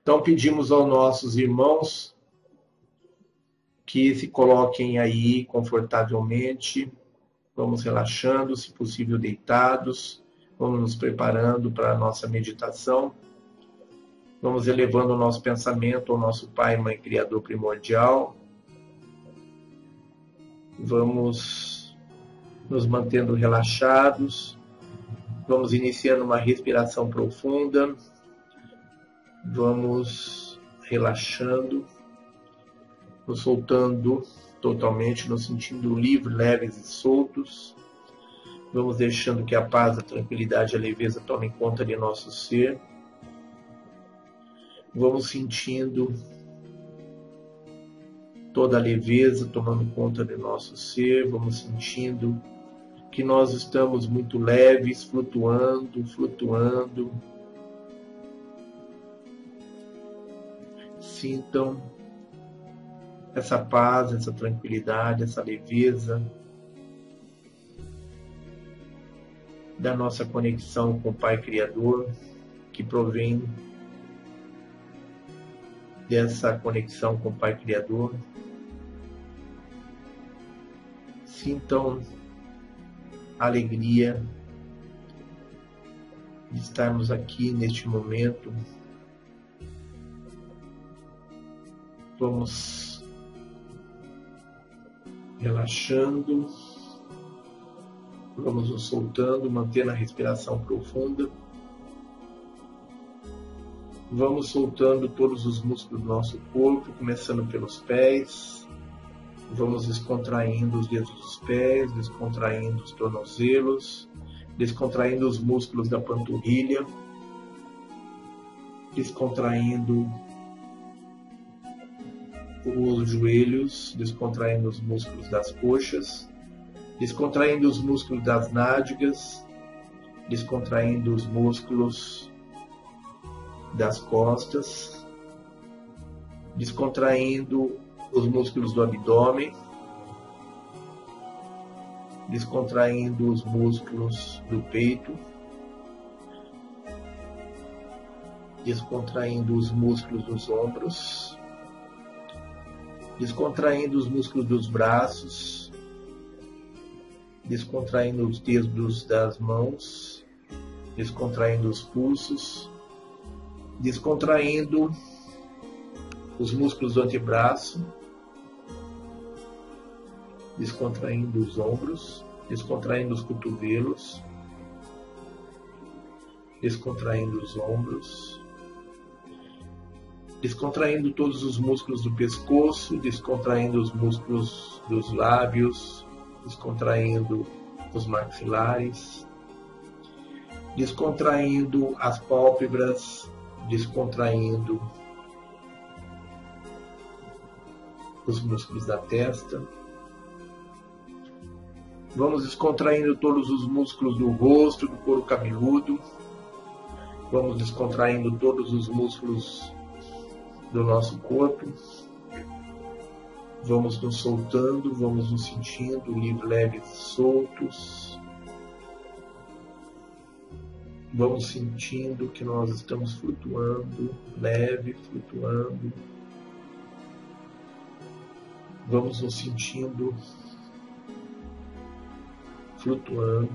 Então pedimos aos nossos irmãos que se coloquem aí confortavelmente, vamos relaxando, se possível deitados, vamos nos preparando para a nossa meditação, vamos elevando o nosso pensamento ao nosso Pai, Mãe, Criador primordial, vamos nos mantendo relaxados, vamos iniciando uma respiração profunda, vamos relaxando, nos soltando totalmente, nos sentindo livres, leves e soltos. Vamos deixando que a paz, a tranquilidade e a leveza tomem conta de nosso ser. Vamos sentindo toda a leveza tomando conta de nosso ser. Vamos sentindo que nós estamos muito leves, flutuando, flutuando. Sintam essa paz, essa tranquilidade, essa leveza da nossa conexão com o Pai Criador, que provém dessa conexão com o Pai Criador. Sintam a alegria de estarmos aqui neste momento. Vamos relaxando, vamos nos soltando, mantendo a respiração profunda. Vamos soltando todos os músculos do nosso corpo, começando pelos pés. Vamos descontraindo os dedos dos pés, descontraindo os tornozelos, descontraindo os músculos da panturrilha, descontraindo os joelhos, descontraindo os músculos das coxas, descontraindo os músculos das nádegas, descontraindo os músculos das costas, descontraindo os músculos do abdômen, descontraindo os músculos do peito, descontraindo os músculos dos ombros, descontraindo os músculos dos braços, descontraindo os dedos das mãos, descontraindo os pulsos, descontraindo os músculos do antebraço, descontraindo os ombros, descontraindo os cotovelos, descontraindo os ombros, descontraindo todos os músculos do pescoço, descontraindo os músculos dos lábios, descontraindo os maxilares, descontraindo as pálpebras, descontraindo os músculos da testa. Vamos descontraindo todos os músculos do rosto, do couro cabeludo. Vamos descontraindo todos os músculos do nosso corpo. Vamos nos soltando, vamos nos sentindo livres, leves e soltos. Vamos sentindo que nós estamos flutuando, leve, flutuando. Vamos nos sentindo flutuando.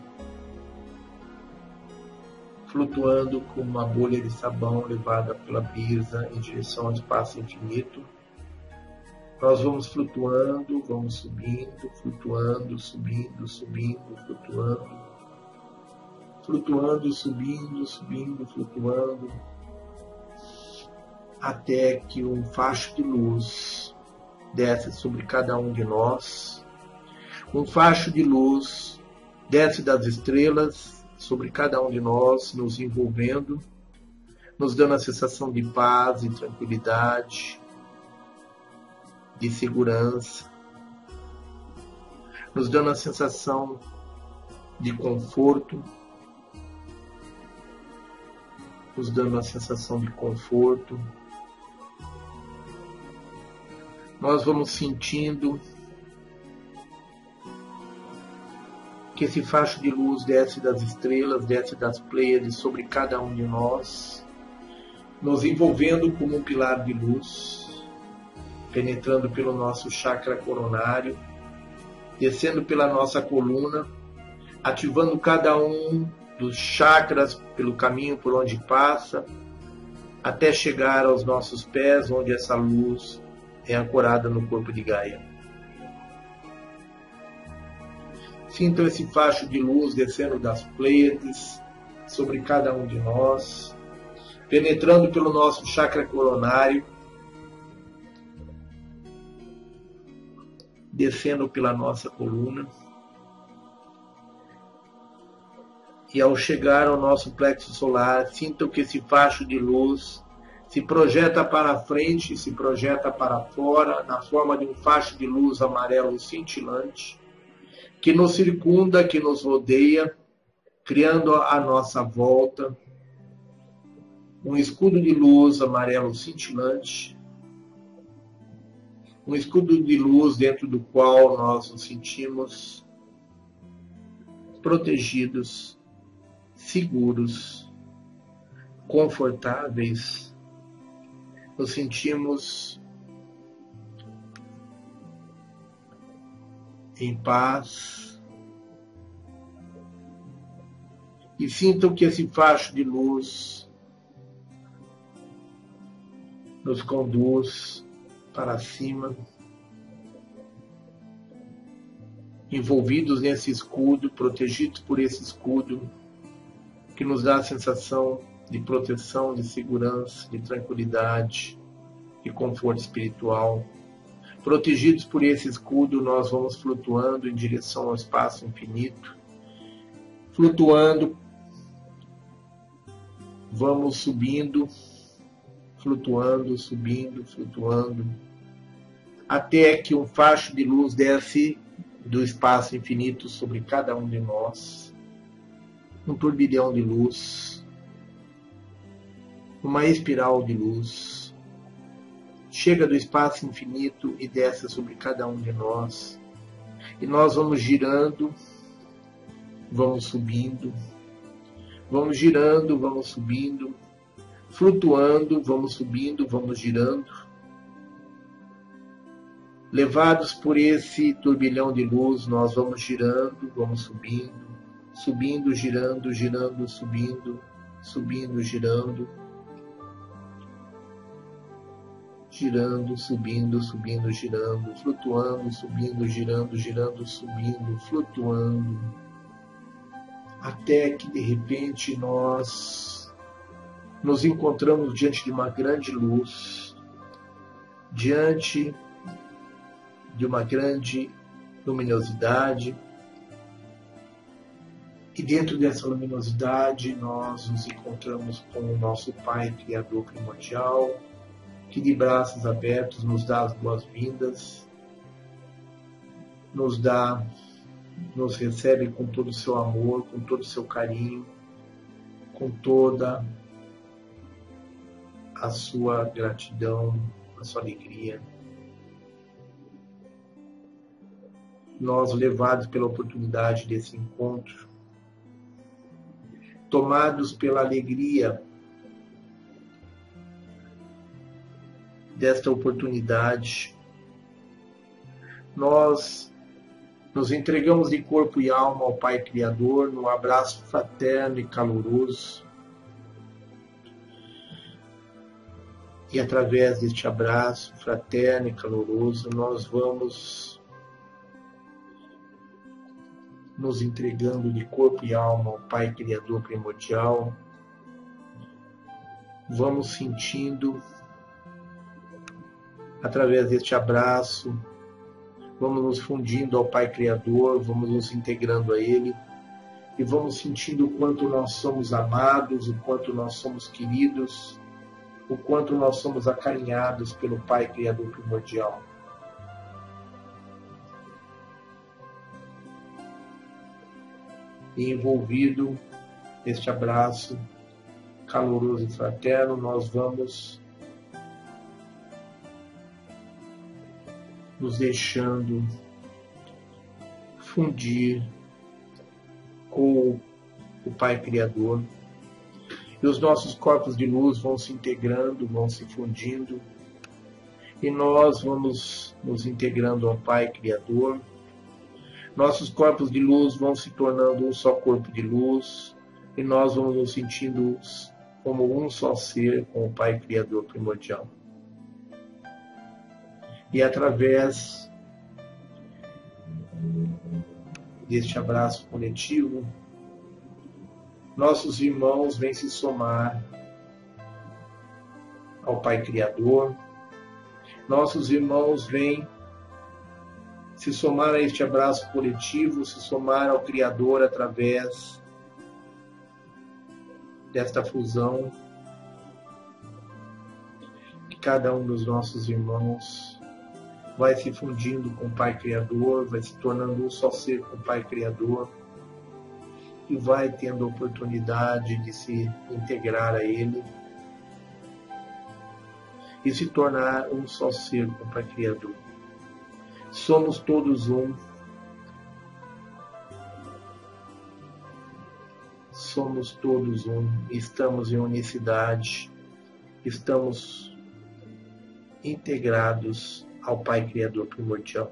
Flutuando como uma bolha de sabão levada pela brisa em direção ao espaço infinito. Nós vamos flutuando, vamos subindo, flutuando, subindo, subindo, flutuando. Flutuando, subindo, subindo, flutuando. Até que um facho de luz desce sobre cada um de nós. Um facho de luz desce das estrelas sobre cada um de nós, nos envolvendo, nos dando a sensação de paz e tranquilidade, de segurança, nos dando a sensação de conforto, nos dando a sensação de conforto. Nós vamos sentindo que esse facho de luz desce das estrelas, desce das Pleiades sobre cada um de nós, nos envolvendo como um pilar de luz, penetrando pelo nosso chakra coronário, descendo pela nossa coluna, ativando cada um dos chakras pelo caminho por onde passa, até chegar aos nossos pés, onde essa luz é ancorada no corpo de Gaia. Sintam esse facho de luz descendo das Pleiades sobre cada um de nós, penetrando pelo nosso chakra coronário, descendo pela nossa coluna, e ao chegar ao nosso plexo solar, sintam que esse facho de luz se projeta para frente, se projeta para fora, na forma de um facho de luz amarelo cintilante, que nos circunda, que nos rodeia, criando à nossa volta um escudo de luz amarelo cintilante, um escudo de luz dentro do qual nós nos sentimos protegidos, seguros, confortáveis, nos sentimos em paz, e sintam que esse facho de luz nos conduz para cima, envolvidos nesse escudo, protegidos por esse escudo, que nos dá a sensação de proteção, de segurança, de tranquilidade, de conforto espiritual. Protegidos por esse escudo, nós vamos flutuando em direção ao espaço infinito. Flutuando, vamos subindo, flutuando, subindo, flutuando, até que um facho de luz desce do espaço infinito sobre cada um de nós. Um turbilhão de luz, uma espiral de luz, chega do espaço infinito e desce sobre cada um de nós. E nós vamos girando, vamos subindo, vamos girando, vamos subindo, flutuando, vamos subindo, vamos girando. Levados por esse turbilhão de luz, nós vamos girando, vamos subindo, subindo, girando, girando, subindo, subindo, girando, girando, subindo, subindo, girando, flutuando, subindo, girando, girando, subindo, flutuando, até que de repente nós nos encontramos diante de uma grande luz, diante de uma grande luminosidade, e dentro dessa luminosidade nós nos encontramos com o nosso Pai Criador Primordial, que de braços abertos nos dá as boas-vindas, nos recebe com todo o seu amor, com todo o seu carinho, com toda a sua gratidão, a sua alegria. Nós, levados pela oportunidade desse encontro, tomados pela alegria desta oportunidade, nós nos entregamos de corpo e alma ao Pai Criador num abraço fraterno e caloroso. E através deste abraço fraterno e caloroso, nós vamos nos entregando de corpo e alma ao Pai Criador Primordial. Vamos sentindo, através deste abraço, vamos nos fundindo ao Pai Criador, vamos nos integrando a Ele e vamos sentindo o quanto nós somos amados, o quanto nós somos queridos, o quanto nós somos acarinhados pelo Pai Criador Primordial. E envolvido neste abraço caloroso e fraterno, nós vamos nos deixando fundir com o Pai Criador. E os nossos corpos de luz vão se integrando, vão se fundindo. E nós vamos nos integrando ao Pai Criador. Nossos corpos de luz vão se tornando um só corpo de luz. E nós vamos nos sentindo como um só ser com o Pai Criador primordial. E através deste abraço coletivo, nossos irmãos vêm se somar ao Pai Criador. Nossos irmãos vêm se somar a este abraço coletivo, se somar ao Criador através desta fusão que cada um dos nossos irmãos vai se fundindo com o Pai Criador, vai se tornando um só ser com o Pai Criador e vai tendo a oportunidade de se integrar a Ele e se tornar um só ser com o Pai Criador. Somos todos um. Somos todos um. Estamos em unicidade. Estamos integrados ao Pai Criador primordial.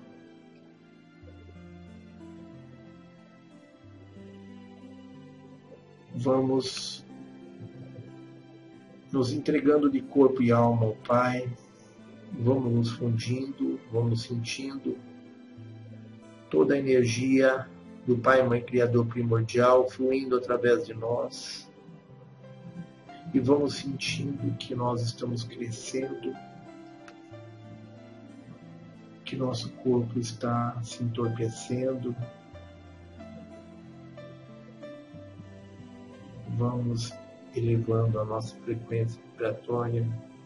Vamos nos entregando de corpo e alma ao Pai, vamos nos fundindo, vamos sentindo toda a energia do Pai e Mãe Criador primordial fluindo através de nós e vamos sentindo que nós estamos crescendo, que nosso corpo está se entorpecendo. Vamos elevando a nossa frequência vibratória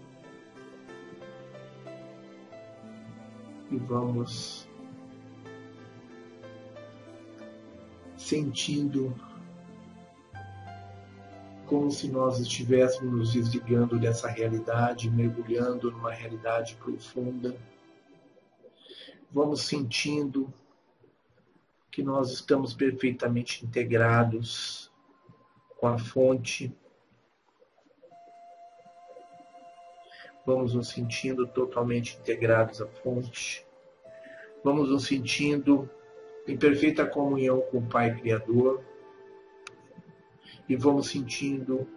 e vamos sentindo como se nós estivéssemos nos desligando dessa realidade, mergulhando numa realidade profunda. Vamos sentindo que nós estamos perfeitamente integrados com a fonte. Vamos nos sentindo totalmente integrados à fonte. Vamos nos sentindo em perfeita comunhão com o Pai Criador. E vamos sentindo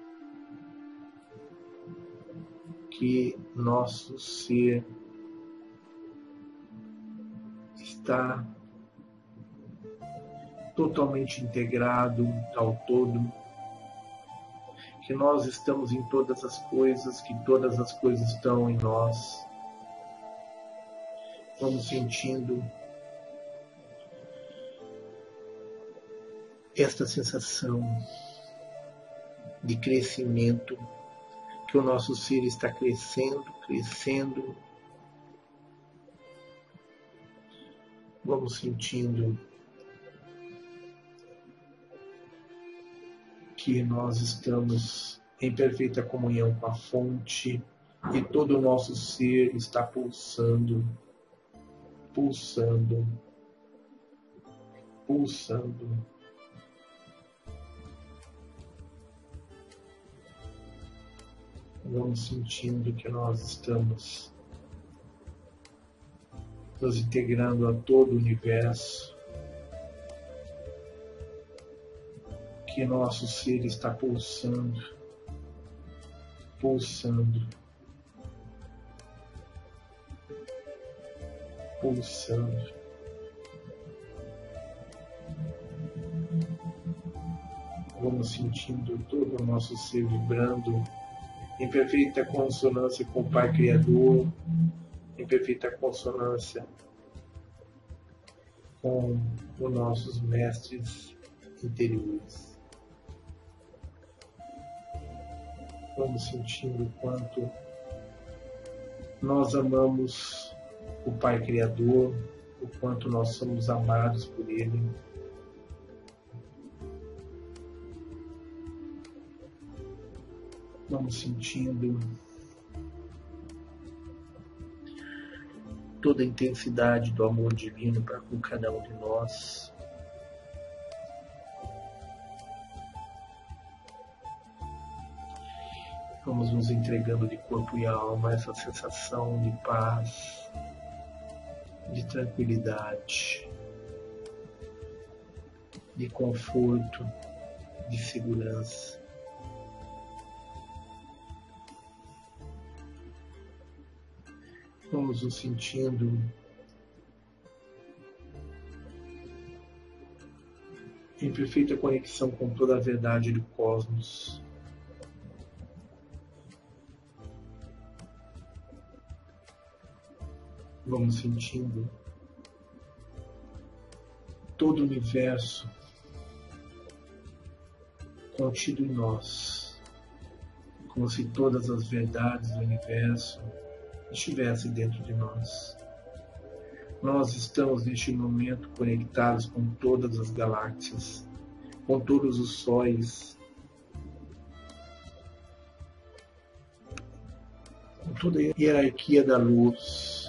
que nosso ser está totalmente integrado ao todo, que nós estamos em todas as coisas, que todas as coisas estão em nós. Vamos sentindo esta sensação de crescimento, que o nosso ser está crescendo, crescendo. Vamos sentindo que nós estamos em perfeita comunhão com a fonte e todo o nosso ser está pulsando, pulsando, pulsando. Vamos sentindo que nós estamos nos integrando a todo o universo, que nosso ser está pulsando, pulsando, pulsando. Vamos sentindo todo o nosso ser vibrando em perfeita consonância com o Pai Criador, em perfeita consonância com os nossos mestres interiores. Vamos sentindo o quanto nós amamos o Pai Criador, o quanto nós somos amados por Ele. Vamos sentindo toda a intensidade do amor divino para com cada um de nós. Vamos nos entregando de corpo e alma a essa sensação de paz, de tranquilidade, de conforto, de segurança. Vamos nos sentindo em perfeita conexão com toda a verdade do cosmos. Vamos sentindo todo o universo contido em nós, como se todas as verdades do universo estivessem dentro de nós. Nós estamos neste momento conectados com todas as galáxias, com todos os sóis, com toda a hierarquia da luz.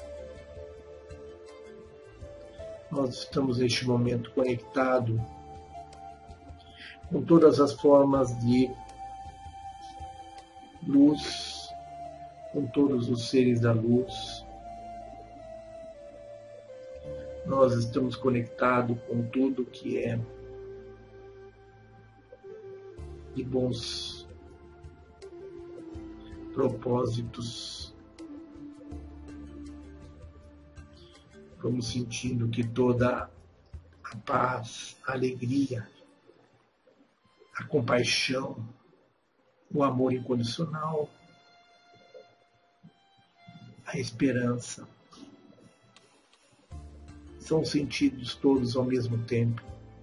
Nós estamos neste momento conectados com todas as formas de luz, com todos os seres da luz. Nós estamos conectados com tudo que é de bons propósitos. Vamos sentindo que toda a paz, a alegria, a compaixão, o amor incondicional, a esperança, são sentidos todos ao mesmo tempo.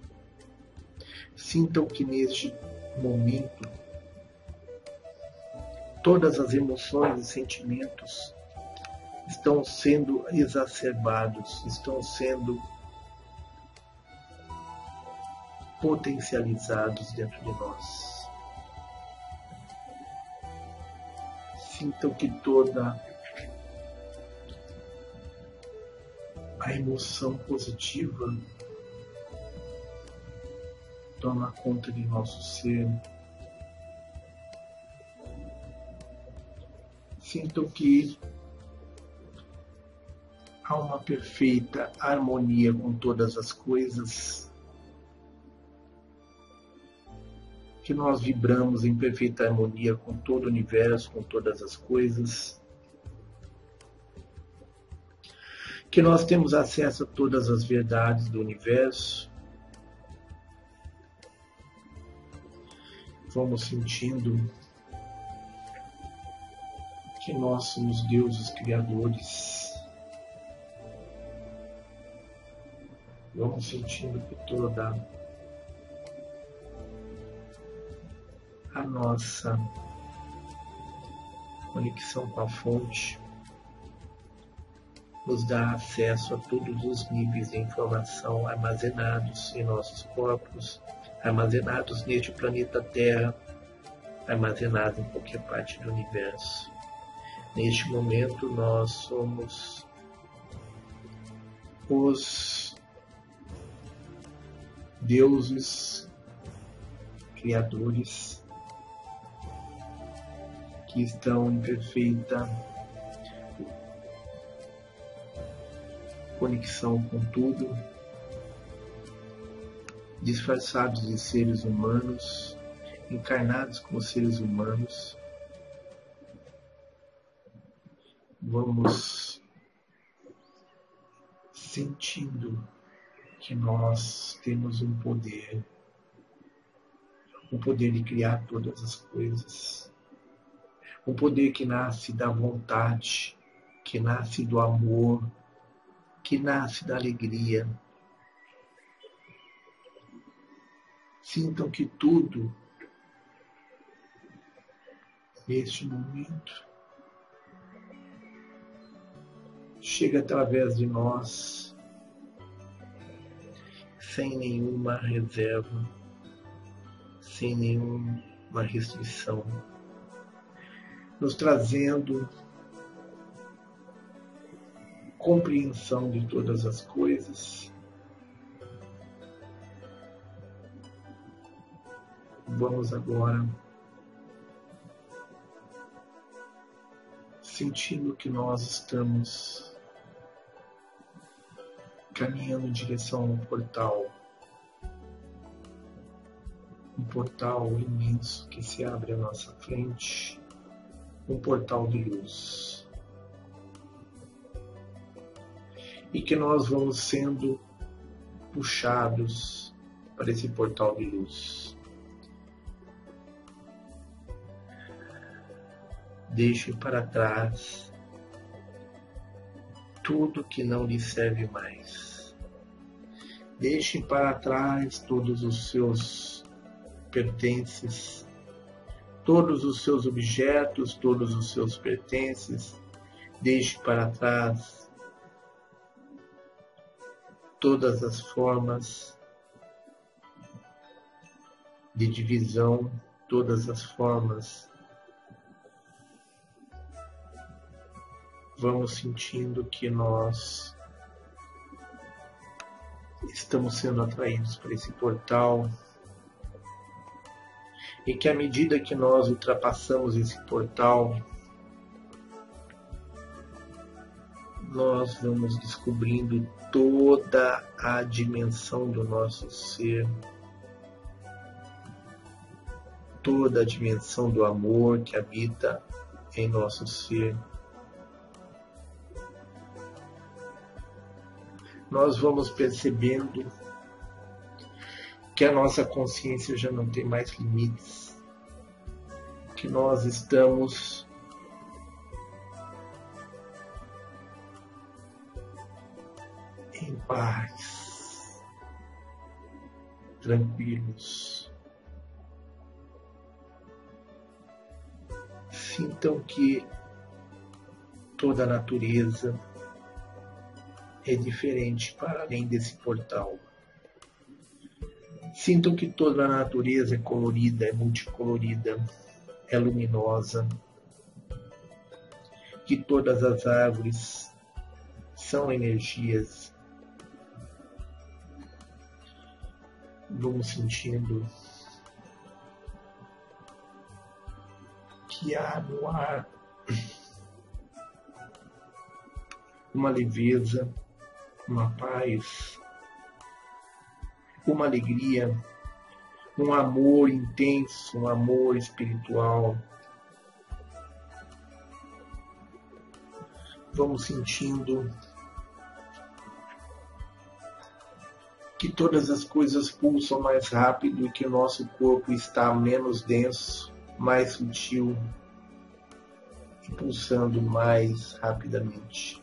Sintam que neste momento todas as emoções e sentimentos estão sendo exacerbados, estão sendo potencializados dentro de nós. Sintam que toda a emoção positiva toma conta de nosso ser. Sintam que há uma perfeita harmonia com todas as coisas, que nós vibramos em perfeita harmonia com todo o universo, com todas as coisas, que nós temos acesso a todas as verdades do universo. Vamos sentindo que nós somos deuses criadores. Vamos sentindo que toda a nossa conexão com a fonte nos dá acesso a todos os níveis de informação armazenados em nossos corpos, armazenados neste planeta Terra, armazenados em qualquer parte do universo. Neste momento nós somos os deuses criadores que estão em perfeita conexão com tudo, disfarçados de seres humanos, encarnados como seres humanos. Vamos sentindo que nós temos um poder de criar todas as coisas, um poder que nasce da vontade, que nasce do amor, que nasce da alegria. Sintam que tudo, neste momento, chega através de nós, sem nenhuma reserva, sem nenhuma restrição, nos trazendo compreensão de todas as coisas. Vamos agora sentindo que nós estamos caminhando em direção a um portal imenso que se abre à nossa frente, um portal de luz, e que nós vamos sendo puxados para esse portal de luz. Deixe para trás tudo que não lhe serve mais. Deixe para trás todos os seus pertences, todos os seus objetos, todos os seus pertences. Deixe para trás todas as formas de divisão, todas as formas. Vamos sentindo que nós estamos sendo atraídos para esse portal e que à medida que nós ultrapassamos esse portal, nós vamos descobrindo toda a dimensão do nosso ser, toda a dimensão do amor que habita em nosso ser. Nós vamos percebendo que a nossa consciência já não tem mais limites, que nós estamos em paz, tranquilos. Sintam que toda a natureza é diferente para além desse portal. Sintam que toda a natureza é colorida, é multicolorida, é luminosa, que todas as árvores são energias. Vamos sentindo que há no ar uma leveza, uma paz, uma alegria, um amor intenso, um amor espiritual. Vamos sentindo que todas as coisas pulsam mais rápido e que o nosso corpo está menos denso, mais sutil e pulsando mais rapidamente.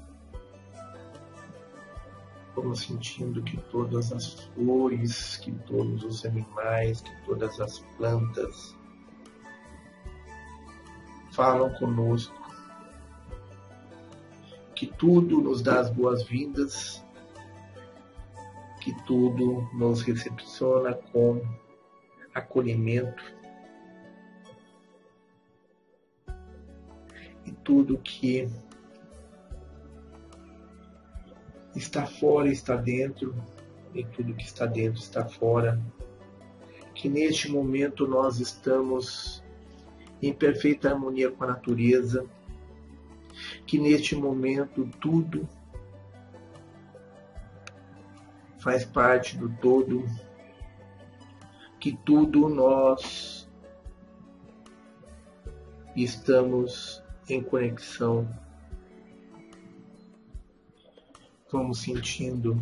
Vamos sentindo que todas as flores, que todos os animais, que todas as plantas falam conosco, que tudo nos dá as boas-vindas, que tudo nos recepciona com acolhimento, e tudo que está fora está dentro, e tudo que está dentro está fora. Que neste momento nós estamos em perfeita harmonia com a natureza. Que neste momento tudo faz parte do todo. Que tudo nós estamos em conexão. Vamos sentindo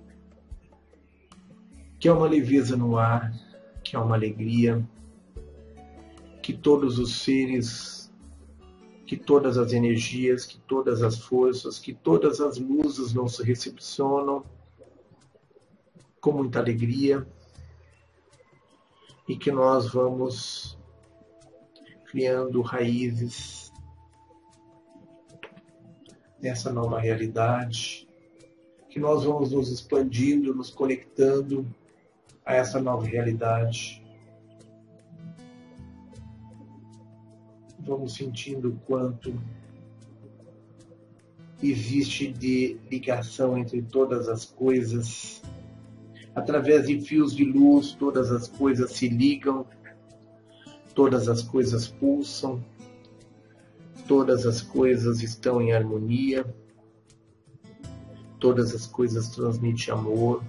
que há uma leveza no ar, que há uma alegria, que todos os seres, que todas as energias, que todas as forças, que todas as luzes nos recepcionam com muita alegria e que nós vamos criando raízes nessa nova realidade, que nós vamos nos expandindo, nos conectando a essa nova realidade. Vamos sentindo o quanto existe de ligação entre todas as coisas. Através de fios de luz, todas as coisas se ligam, todas as coisas pulsam. Todas as coisas estão em harmonia, todas as coisas transmitem amor.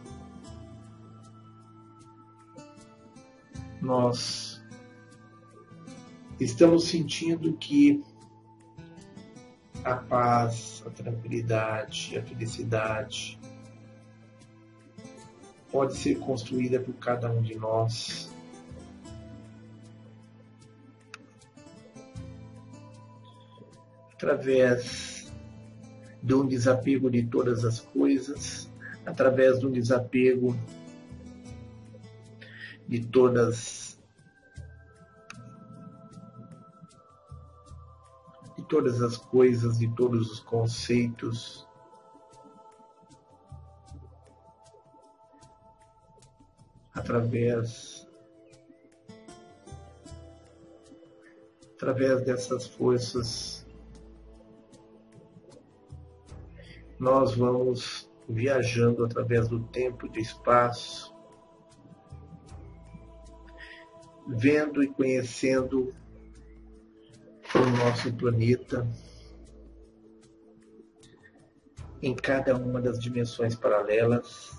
Nós estamos sentindo que a paz, a tranquilidade, a felicidade pode ser construída por cada um de nós. Através de um desapego de todas as coisas, através de um desapego de todas as coisas, de todos os conceitos, através dessas forças, nós vamos viajando através do tempo e do espaço, vendo e conhecendo o nosso planeta em cada uma das dimensões paralelas,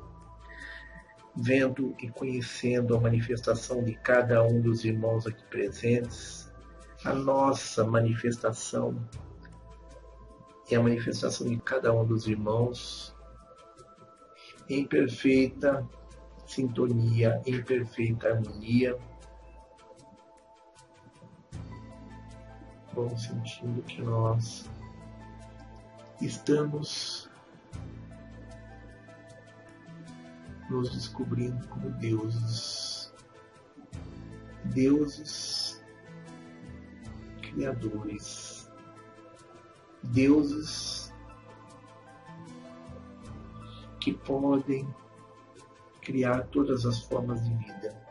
vendo e conhecendo a manifestação de cada um dos irmãos aqui presentes, a nossa manifestação e a manifestação de cada um dos irmãos em perfeita sintonia, em perfeita harmonia. Vamos sentindo que nós estamos nos descobrindo como deuses criadores, deuses que podem criar todas as formas de vida.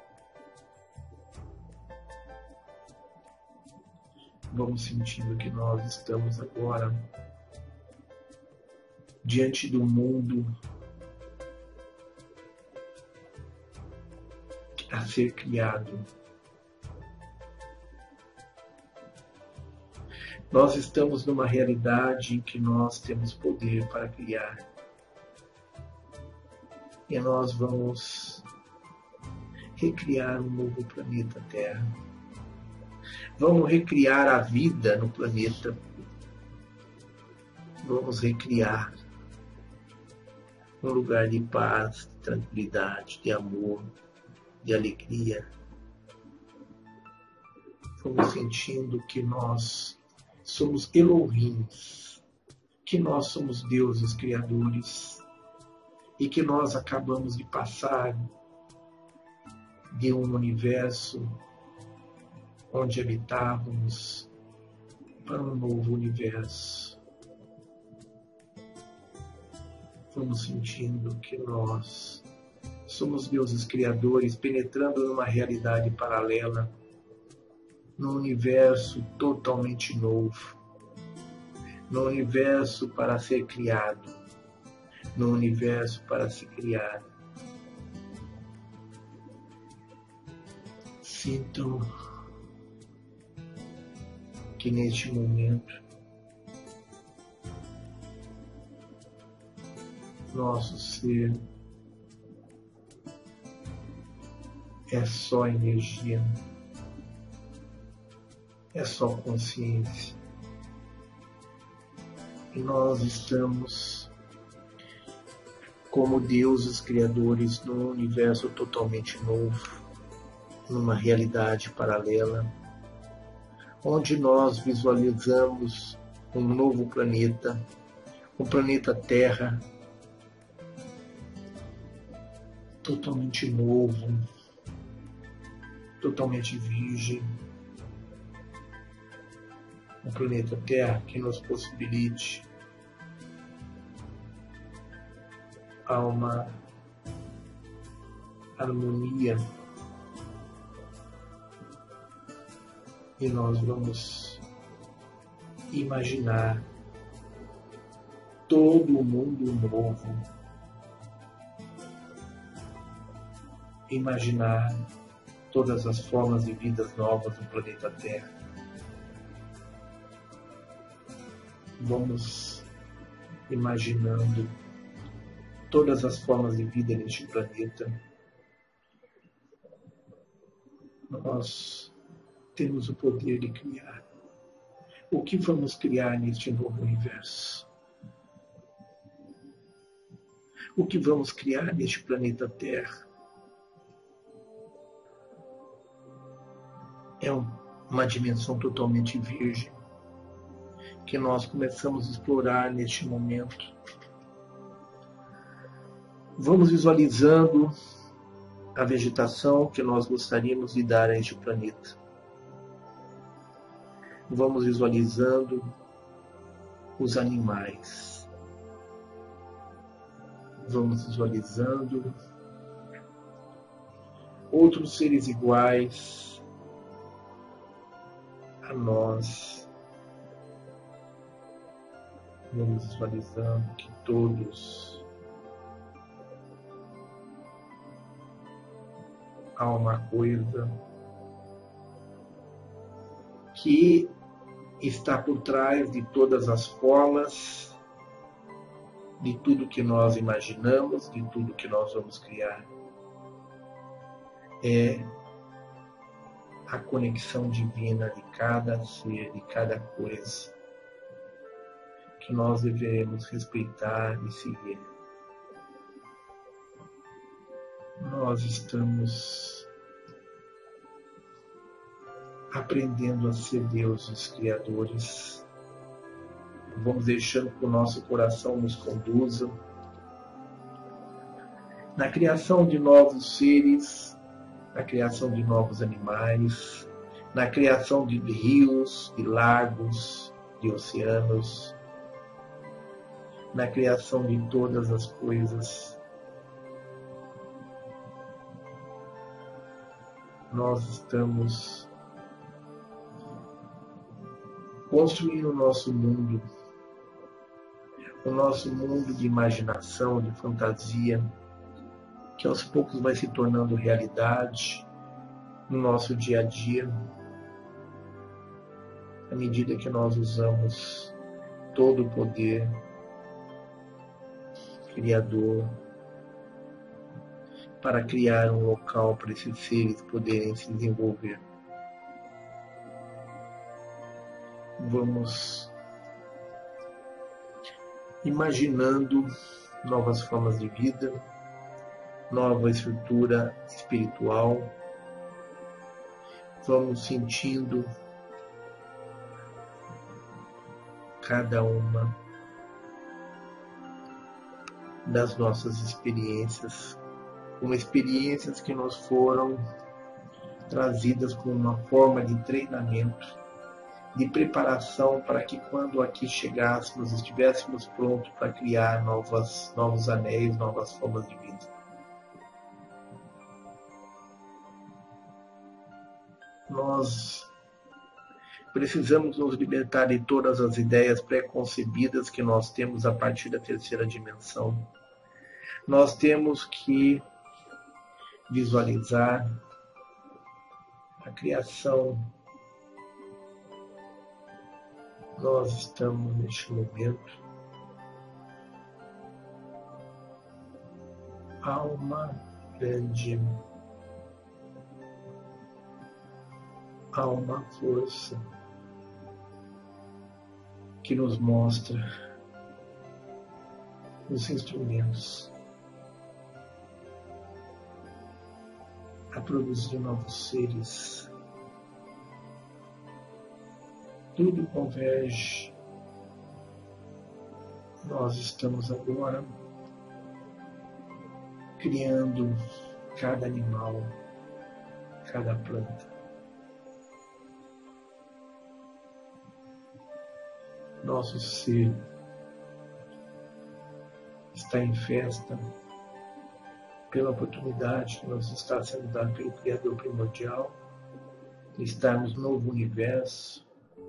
Vamos sentindo que nós estamos agora diante do mundo a ser criado. Nós estamos numa realidade em que nós temos poder para criar. E nós vamos recriar um novo planeta Terra. Vamos recriar a vida no planeta. Vamos recriar um lugar de paz, de tranquilidade, de amor, de alegria. Vamos sentindo que nós somos Elohims, que nós somos deuses criadores e que nós acabamos de passar de um universo onde habitávamos para um novo universo. Vamos sentindo que nós somos deuses criadores penetrando numa realidade paralela, num universo totalmente novo, num universo para ser criado, num universo para se criar. Sintam que neste momento nosso ser é só energia, é só consciência. E nós estamos como deuses criadores num universo totalmente novo, numa realidade paralela, onde nós visualizamos um novo planeta, um planeta Terra totalmente novo, totalmente virgem, um planeta Terra que nos possibilite a uma harmonia, e nós vamos imaginar todo o mundo novo, imaginar todas as formas de vidas novas no planeta Terra. vamos imaginando todas as formas de vida neste planeta. Nós temos o poder de criar. O que vamos criar neste novo universo? O que vamos criar neste planeta Terra? É uma dimensão totalmente virgem que nós começamos a explorar neste momento. Vamos visualizando a vegetação que nós gostaríamos de dar a este planeta. Vamos visualizando os animais. Vamos visualizando outros seres iguais a nós. Vamos visualizando que todos há uma coisa que está por trás de todas as formas, de tudo que nós imaginamos, de tudo que nós vamos criar. É a conexão divina de cada ser, de cada coisa, que nós devemos respeitar e seguir. Nós estamos aprendendo a ser deuses criadores. Vamos deixando que o nosso coração nos conduza na criação de novos seres, na criação de novos animais, na criação de rios, de lagos, de oceanos, na criação de todas as coisas. Nós estamos construindo o nosso mundo de imaginação, de fantasia, que aos poucos vai se tornando realidade no nosso dia a dia, à medida que nós usamos todo o poder criador para criar um local para esses seres poderem se desenvolver. Vamos imaginando novas formas de vida, nova estrutura espiritual. Vamos sentindo cada uma das nossas experiências, como experiências que nos foram trazidas como uma forma de treinamento, de preparação para que quando aqui chegássemos, estivéssemos prontos para criar novos anéis, novas formas de vida. Nós precisamos nos libertar de todas as ideias pré-concebidas que nós temos a partir da terceira dimensão. Nós temos que visualizar a criação. Nós estamos neste momento há uma grande, há uma força que nos mostra os instrumentos a produzir novos seres. Tudo converge. Nós estamos agora criando cada animal, cada planta. Nosso ser está em festa pela oportunidade que nos está sendo dada pelo Criador primordial de estarmos no novo universo.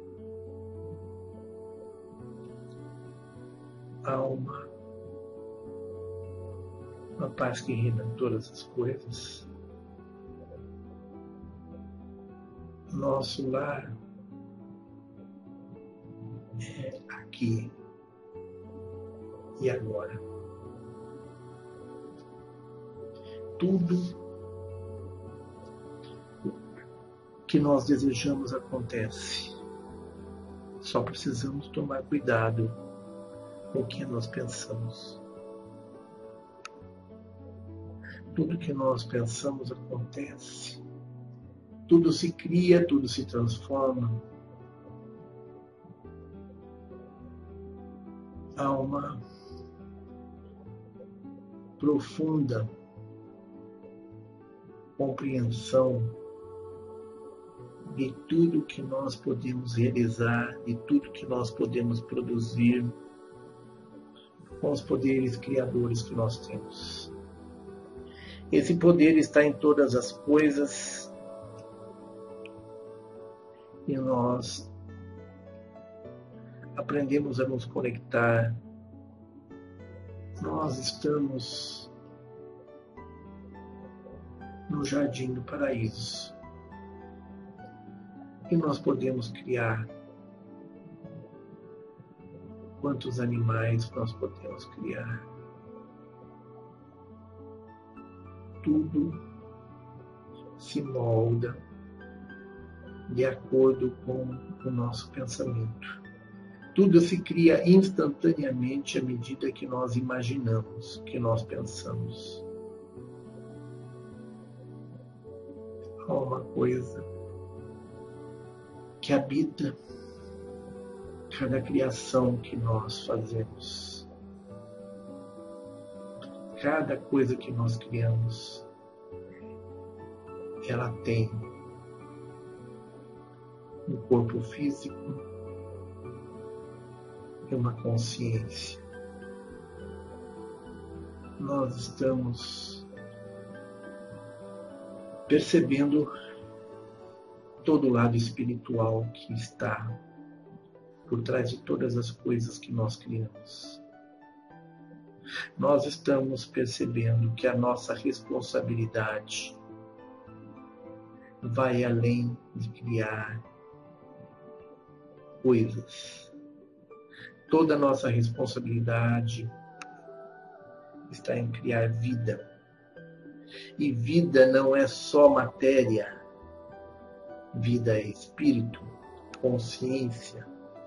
Há uma paz que reina em todas as coisas. Nosso lar é aqui. aqui e agora. Tudo que nós desejamos acontece. Só precisamos tomar cuidado com o que nós pensamos. Tudo que nós pensamos acontece. Tudo se cria, tudo se transforma. Há uma profunda compreensão de tudo que nós podemos realizar, de tudo que nós podemos produzir com os poderes criadores que nós temos. Esse poder está em todas as coisas e nós aprendemos a nos conectar. Nós estamos no jardim do paraíso e nós podemos criar quantos animais nós podemos criar. Tudo se molda de acordo com o nosso pensamento. Tudo se cria instantaneamente à medida que nós imaginamos, que nós pensamos. Há uma coisa que habita cada criação que nós fazemos. Cada coisa que nós criamos, ela tem um corpo físico e uma consciência. Nós estamos percebendo todo o lado espiritual que está por trás de todas as coisas que nós criamos. Nós estamos percebendo que a nossa responsabilidade vai além de criar coisas. Toda a nossa responsabilidade está em criar vida. E vida não é só matéria. Vida é espírito, consciência.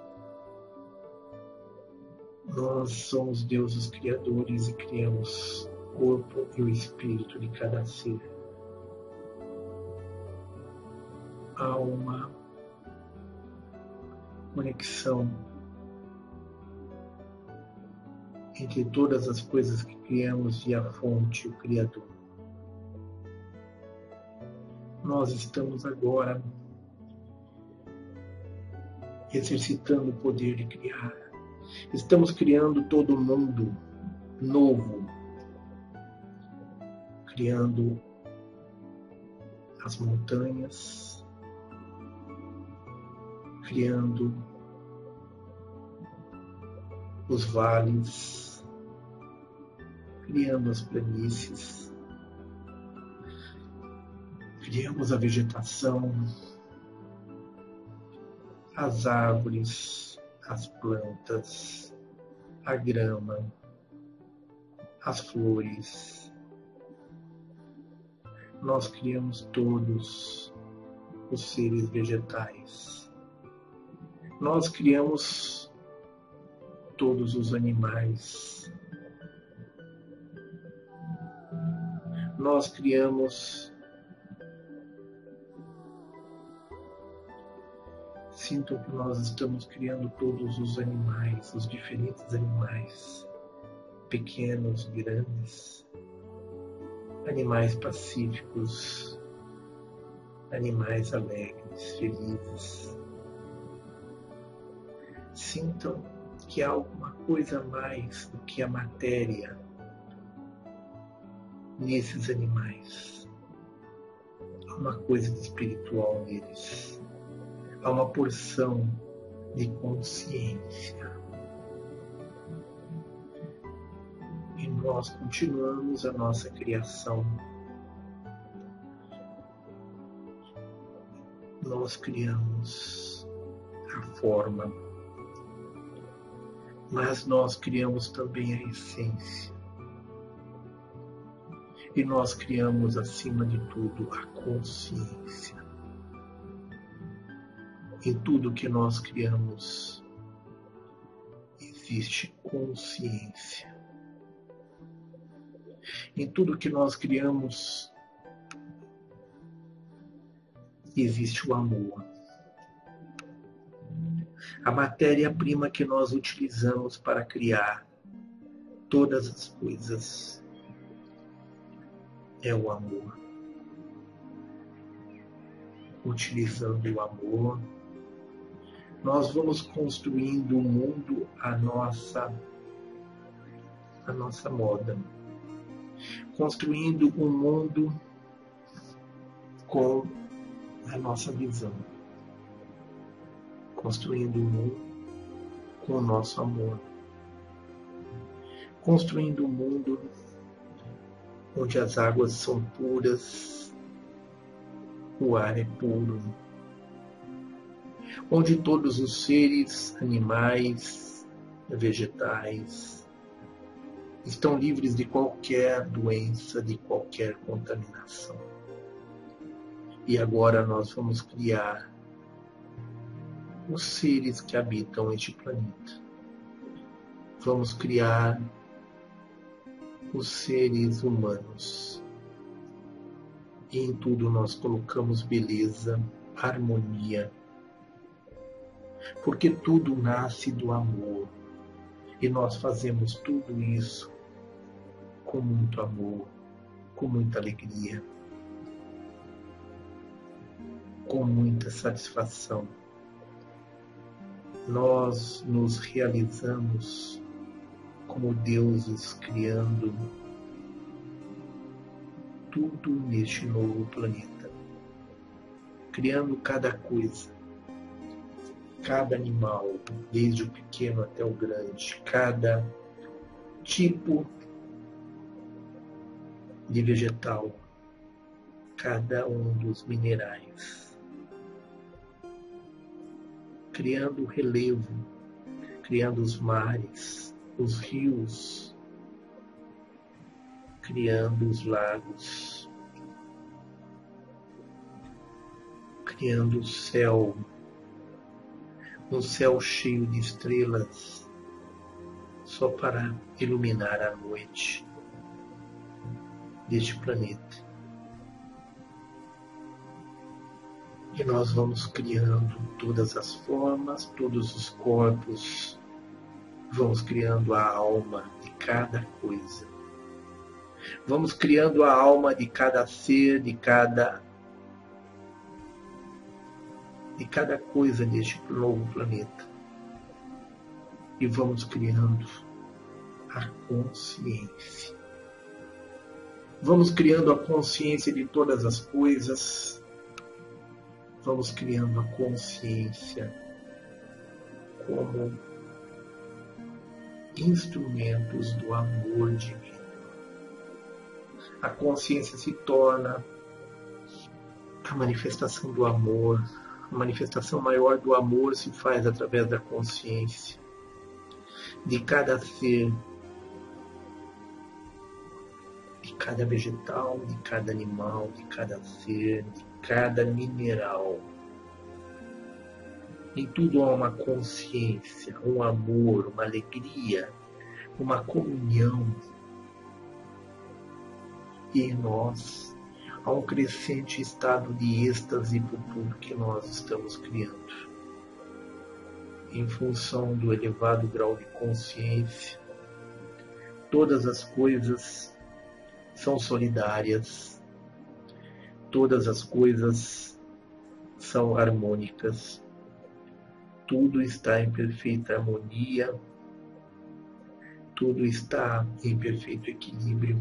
Nós somos deuses criadores e criamos o corpo e o espírito de cada ser. Há uma conexão entre todas as coisas que criamos e a fonte, o Criador. Nós estamos agora exercitando o poder de criar. Estamos criando todo mundo novo, criando as montanhas, criando os vales, criando as planícies, criamos a vegetação, as árvores, as plantas, a grama, as flores. Nós criamos todos os seres vegetais. Nós criamos todos os animais. Nós criamos. Sinto que nós estamos criando todos os animais, os diferentes animais, pequenos, grandes, animais pacíficos, animais alegres, felizes. Sintam que há alguma coisa a mais do que a matéria nesses animais. Há uma coisa de espiritual neles. Há uma porção de consciência. E nós continuamos a nossa criação. Nós criamos a forma. mas nós criamos também a essência. E nós criamos, acima de tudo, a consciência. Em tudo que nós criamos, existe consciência. Em tudo que nós criamos, existe o amor. A matéria-prima que nós utilizamos para criar todas as coisas é o amor. Utilizando o amor, nós vamos construindo o mundo à nossa moda. Construindo um mundo com a nossa visão. Construindo um mundo com o nosso amor. Construindo um mundo onde as águas são puras, o ar é puro, onde todos os seres, animais, vegetais, estão livres de qualquer doença, de qualquer contaminação. E agora nós vamos criar os seres que habitam este planeta. Vamos criar os seres humanos. E em tudo nós colocamos beleza, harmonia. Porque tudo nasce do amor. E nós fazemos tudo isso com muito amor, com muita alegria, com muita satisfação. Nós nos realizamos como deuses, criando tudo neste novo planeta, criando cada coisa, cada animal, desde o pequeno até o grande, cada tipo de vegetal, cada um dos minerais, criando o relevo, criando os mares, os rios, criando os lagos, criando o céu, um céu cheio de estrelas, só para iluminar a noite deste planeta. E nós vamos criando todas as formas, todos os corpos, vamos criando a alma de cada coisa. Vamos criando a alma de cada ser, de cada coisa deste novo planeta. E vamos criando a consciência. Vamos criando a consciência de todas as coisas. Vamos criando a consciência como instrumentos do amor divino. A consciência se torna a manifestação do amor. A manifestação maior do amor se faz através da consciência de cada ser, de cada vegetal, de cada animal, de cada ser, de cada mineral. Em tudo há uma consciência, um amor, uma alegria, uma comunhão. E em nós há um crescente estado de êxtase por tudo que nós estamos criando. Em função do elevado grau de consciência, todas as coisas são solidárias, todas as coisas são harmônicas, tudo está em perfeita harmonia, tudo está em perfeito equilíbrio.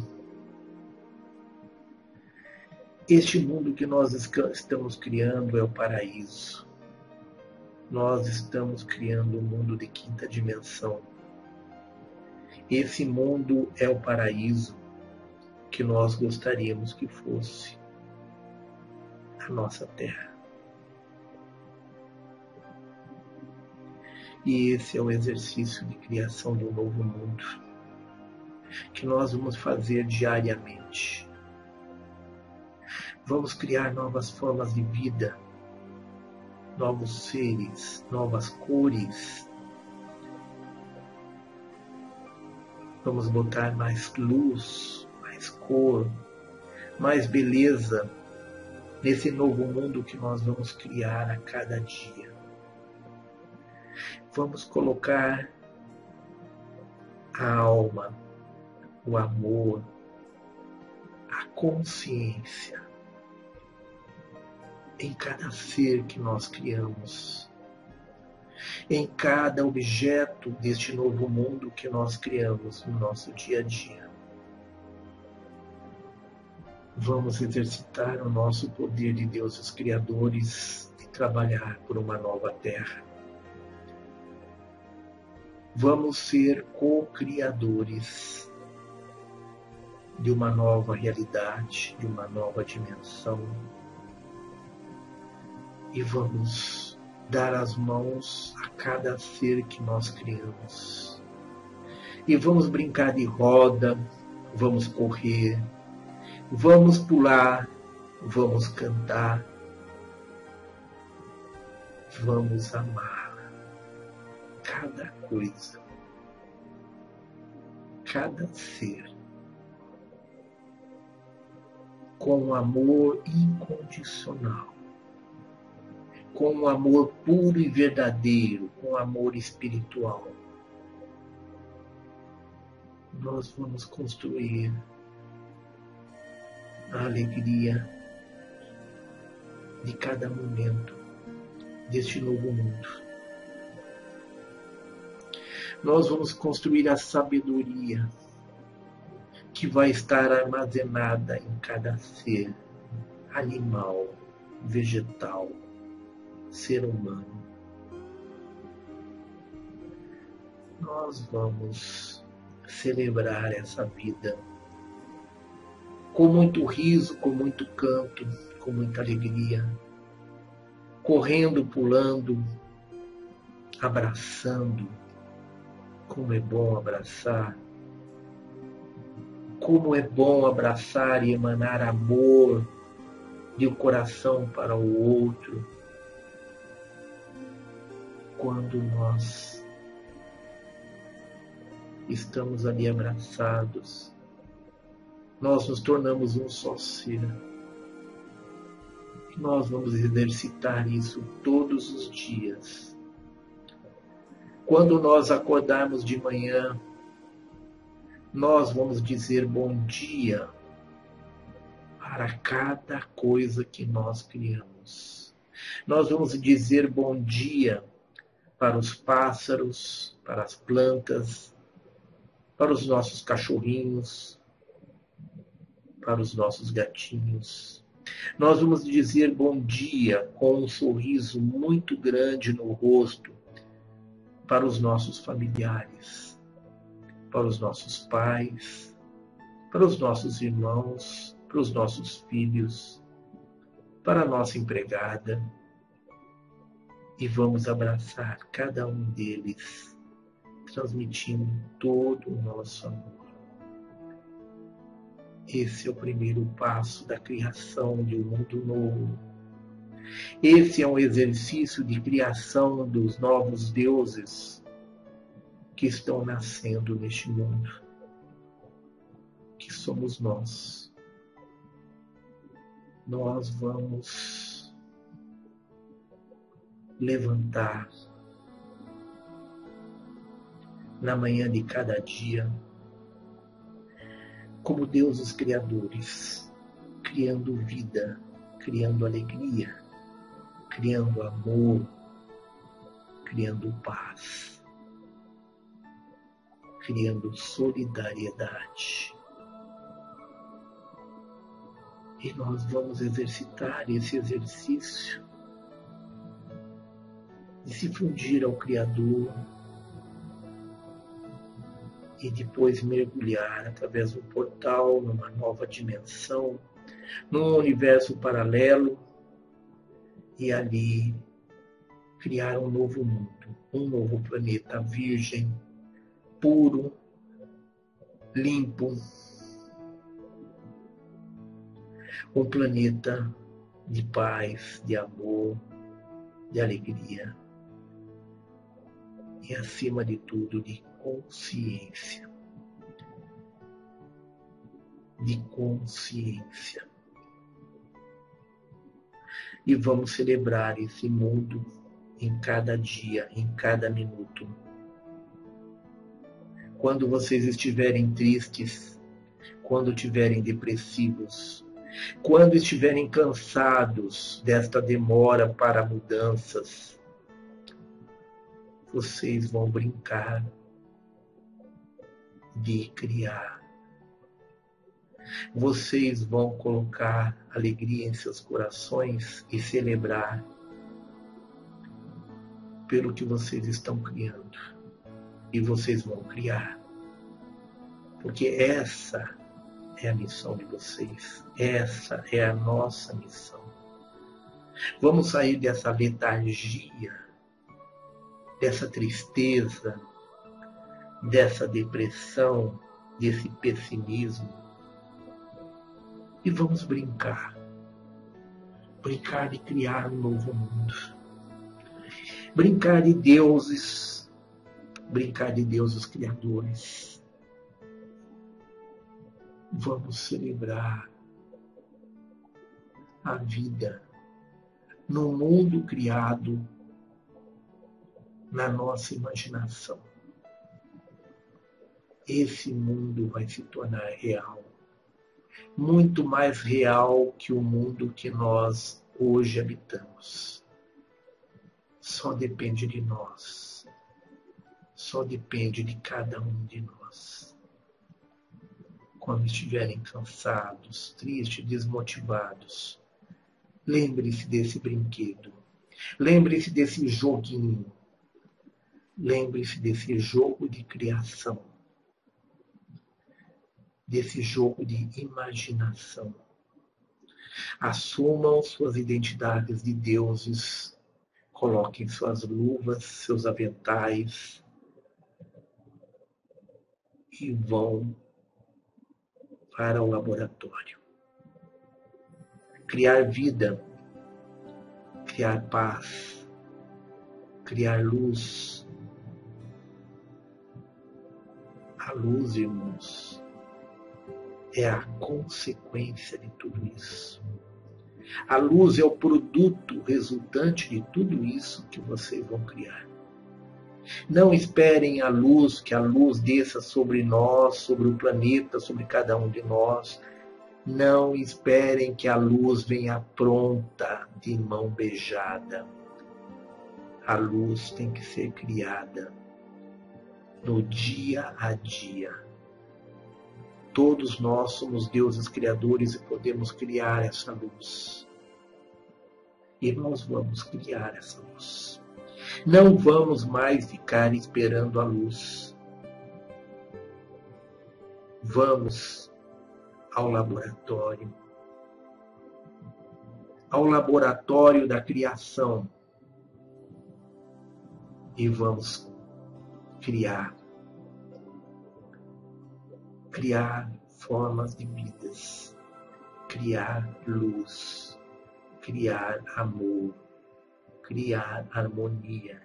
Este mundo que nós estamos criando é o paraíso. Nós estamos criando um mundo de quinta dimensão. Esse mundo é o paraíso que nós gostaríamos que fosse a nossa Terra. E esse é o exercício de criação de um novo mundo que nós vamos fazer diariamente. Vamos criar novas formas de vida, novos seres, novas cores. Vamos botar mais luz, mais cor, mais beleza nesse novo mundo que nós vamos criar a cada dia. Vamos colocar a alma, o amor, a consciência em cada ser que nós criamos, em cada objeto deste novo mundo que nós criamos no nosso dia a dia. Vamos exercitar o nosso poder de deuses criadores e trabalhar por uma nova terra. Vamos ser co-criadores de uma nova realidade, de uma nova dimensão. E vamos dar as mãos a cada ser que nós criamos. E vamos brincar de roda, vamos correr, vamos pular, vamos cantar, vamos amar cada coisa, cada ser, com um amor incondicional, com um amor puro e verdadeiro, com um amor espiritual. Nós vamos construir a alegria de cada momento deste novo mundo. Nós vamos construir a sabedoria que vai estar armazenada em cada ser, animal, vegetal, ser humano. Nós vamos celebrar essa vida com muito riso, com muito canto, com muita alegria, correndo, pulando, abraçando. Como é bom abraçar. Como é bom abraçar e emanar amor de um coração para o outro. Quando nós estamos ali abraçados, nós nos tornamos um só ser. E nós vamos exercitar isso todos os dias. Quando nós acordarmos de manhã, nós vamos dizer bom dia para cada coisa que nós criamos. Nós vamos dizer bom dia para os pássaros, para as plantas, para os nossos cachorrinhos, para os nossos gatinhos. Nós vamos dizer bom dia com um sorriso muito grande no rosto para os nossos familiares, para os nossos pais, para os nossos irmãos, para os nossos filhos, para a nossa empregada. E vamos abraçar cada um deles, transmitindo todo o nosso amor. Esse é o primeiro passo da criação de um mundo novo. Esse é um exercício de criação dos novos deuses que estão nascendo neste mundo, que somos nós. Nós vamos levantar na manhã de cada dia como deuses criadores, criando vida, criando alegria, criando amor, criando paz, criando solidariedade. E nós vamos exercitar esse exercício de se fundir ao Criador e depois mergulhar através do portal numa nova dimensão, num universo paralelo, e ali criar um novo mundo, um novo planeta virgem, puro, limpo, um planeta de paz, de amor, de alegria e, acima de tudo, de consciência. De consciência. E vamos celebrar esse mundo em cada dia, em cada minuto. Quando vocês estiverem tristes, quando estiverem depressivos, quando estiverem cansados desta demora para mudanças, vocês vão brincar de criar. Vocês vão colocar alegria em seus corações e celebrar pelo que vocês estão criando. E vocês vão criar. Porque essa é a missão de vocês. Essa é a nossa missão. Vamos sair dessa letargia, dessa tristeza, dessa depressão, desse pessimismo. E vamos brincar. Brincar de criar um novo mundo. Brincar de deuses. Brincar de deuses criadores. Vamos celebrar a vida no mundo criado na nossa imaginação. Esse mundo vai se tornar real. Muito mais real que o mundo que nós hoje habitamos. Só depende de nós. Só depende de cada um de nós. Quando estiverem cansados, tristes, desmotivados, lembre-se desse brinquedo. Lembre-se desse joguinho. Lembre-se desse jogo de criação. Desse jogo de imaginação. Assumam suas identidades de deuses, coloquem suas luvas, seus aventais e vão para o laboratório. Criar vida, criar paz, criar luz. A luz, irmãos, é a consequência de tudo isso. A luz é o produto resultante de tudo isso que vocês vão criar. Não esperem a luz, que a luz desça sobre nós, sobre o planeta, sobre cada um de nós. Não esperem que a luz venha pronta, de mão beijada. A luz tem que ser criada no dia a dia. Todos nós somos deuses criadores e podemos criar essa luz. E nós vamos criar essa luz. Não vamos mais ficar esperando a luz. Vamos ao laboratório. Ao laboratório da criação. E vamos criar formas de vidas, criar luz, criar amor, criar harmonia.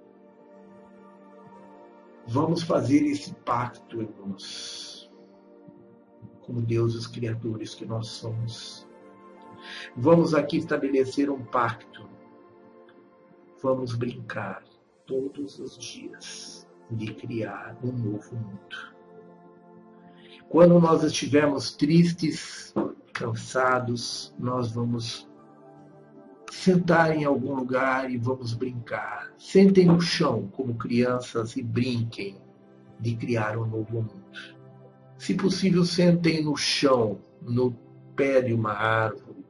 Vamos fazer esse pacto, irmãos, como deuses criadores que nós somos. Vamos aqui estabelecer um pacto. Vamos brincar todos os dias de criar um novo mundo. Quando nós estivermos tristes, cansados, nós vamos sentar em algum lugar e vamos brincar. Sentem no chão como crianças e brinquem de criar um novo mundo. Se possível, sentem no chão, no pé de uma árvore.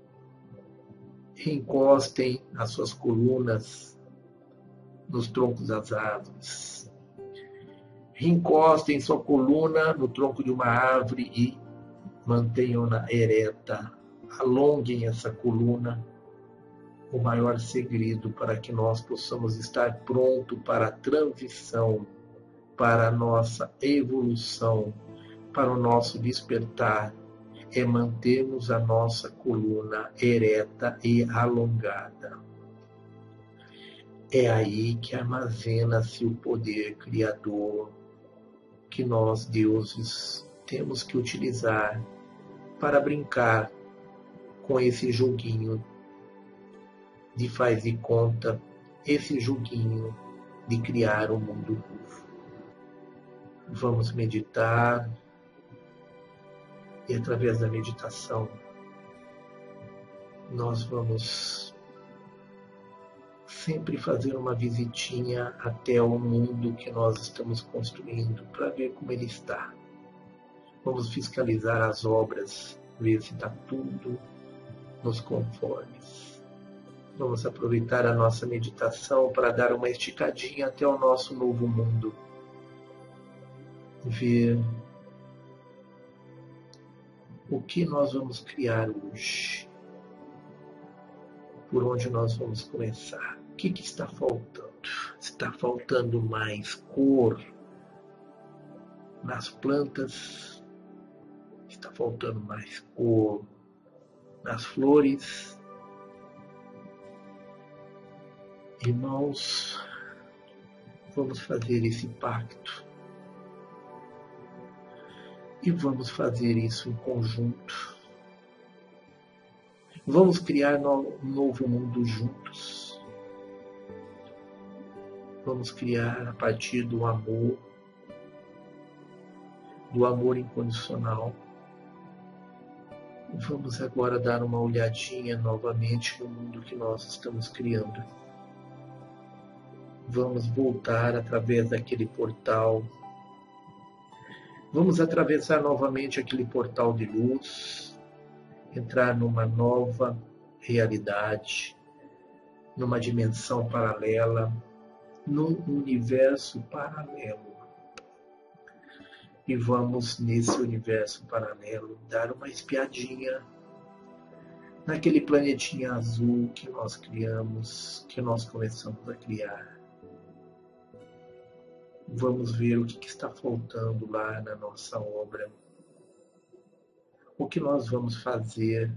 Encostem as suas colunas nos troncos das árvores. Encostem sua coluna no tronco de uma árvore e mantenham-na ereta. Alonguem essa coluna o maior segredo para que nós possamos estar pronto para a transição, para a nossa evolução, para o nosso despertar, é mantermos a nossa coluna ereta e alongada. É aí que armazena-se o poder criador que nós, deuses, temos que utilizar para brincar com esse joguinho de faz de conta, esse joguinho de criar um mundo novo. Vamos meditar e através da meditação nós vamos sempre fazer uma visitinha até o mundo que nós estamos construindo para ver como ele está. Vamos fiscalizar as obras, ver se está tudo nos conformes. Vamos aproveitar a nossa meditação para dar uma esticadinha até o nosso novo mundo. Ver o que nós vamos criar hoje. Por onde nós vamos começar? O que está faltando? Está faltando mais cor nas plantas? Está faltando mais cor nas flores? Irmãos, vamos fazer esse pacto. E vamos fazer isso em conjunto. Vamos criar um novo mundo juntos. Vamos criar a partir do amor incondicional. Vamos agora dar uma olhadinha novamente no mundo que nós estamos criando. Vamos voltar através daquele portal. Vamos atravessar novamente aquele portal de luz, entrar numa nova realidade, numa dimensão paralela, num universo paralelo. E vamos, nesse universo paralelo, dar uma espiadinha naquele planetinha azul que nós criamos, que nós começamos a criar. Vamos ver o que está faltando lá na nossa obra. O que nós vamos fazer